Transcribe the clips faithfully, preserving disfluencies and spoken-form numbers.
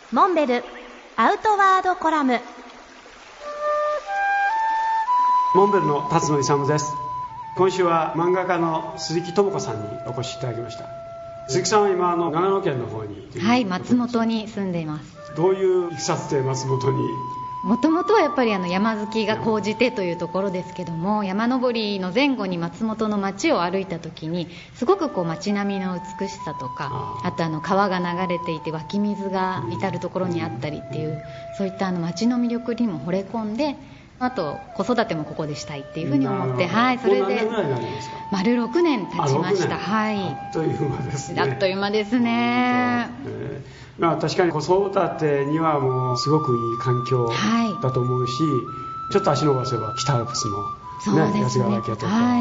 モンベルアウトワードコラム。 モンベルの辰野勇です。今週は漫画家の鈴木智子さんにお越しいただきました。鈴木さんは今あの長野県の方に。 はい、松本に住んでいます。 どういういきさつで松本に？ もともとはやっぱりあの山好きが高じてというところですけども、山登りの前後に松本の街を歩いた時にすごくこう街並みの美しさとか、あとあの川が流れていて湧き水が至る所にあったりっていう、そういったあの街の魅力にも惚れ込んで、あと子育てもここでしたいっていうふうに思って、はい、それで何年ぐらいになりますか？ 丸ろくねん経ちました。はい、 あっという間ですね。 あっという間ですね。 えーまあ、確かに子育てにはもうすごくいい環境だと思うし、はい、ちょっと足伸ばせば北アルプスの、ね、八ヶ岳とか、はい、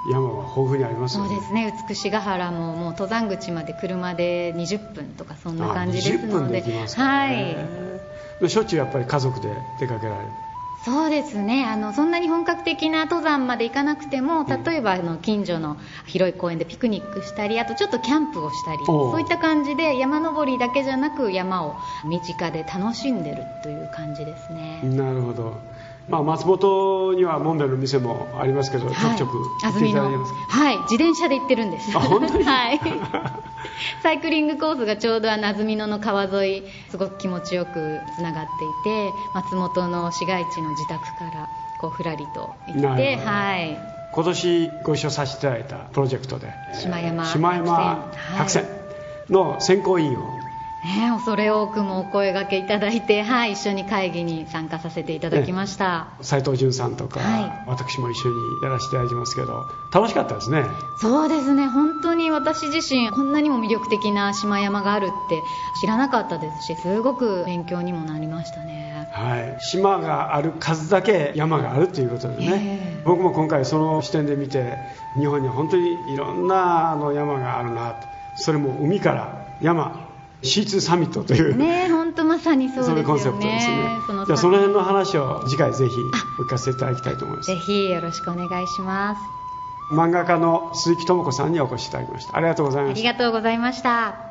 山は豊富にありますよね。 そうですね。美ヶ原ももう登山口まで車でにじゅっぷんとかそんな感じですので、 にじゅっぷんで行きますかね。はい、しょっちゅうやっぱり家族で出かけられる？ そうですね。あのそんなに本格的な登山まで行かなくても、例えばあの近所の広い公園でピクニックしたり、あとちょっとキャンプをしたり、そういった感じで山登りだけじゃなく山を身近で楽しんでるという感じですね。 なるほど。まあ、松本にはモンベルの店もありますけど、はい、ちょくちょく行っていただいてますか？ はい、自転車で行ってるんです。 あ、本当に？ はい。サイクリングコースがちょうどあの安曇野の川沿いすごく気持ちよくつながっていて、松本の市街地の自宅からこうふらりと行って、はい、 今年ご一緒させていただいたプロジェクトで島山島山百選の選考委員を、 ね、恐れ多くもお声掛けいただいて、はい、一緒に会議に参加させていただきました。 斉藤淳さんとか、はい、私も一緒にやらせていただいてますけど、楽しかったですね。 そうですね。本当に私自身こんなにも魅力的な島山があるって知らなかったですし、すごく勉強にもなりましたね。 はい、島がある数だけ山があるということでね、僕も今回その視点で見て、日本には本当にいろんなあの山があるなと。それも海から山シーツー サミットというね、本当まさにそうですよね。 そのコンセプトですね。そのじゃあその辺の話を次回ぜひお聞かせいただきたいと思います。 ぜひよろしくお願いします。 漫画家の鈴木智子さんにお越しいただきました。ありがとうございました。 ありがとうございました。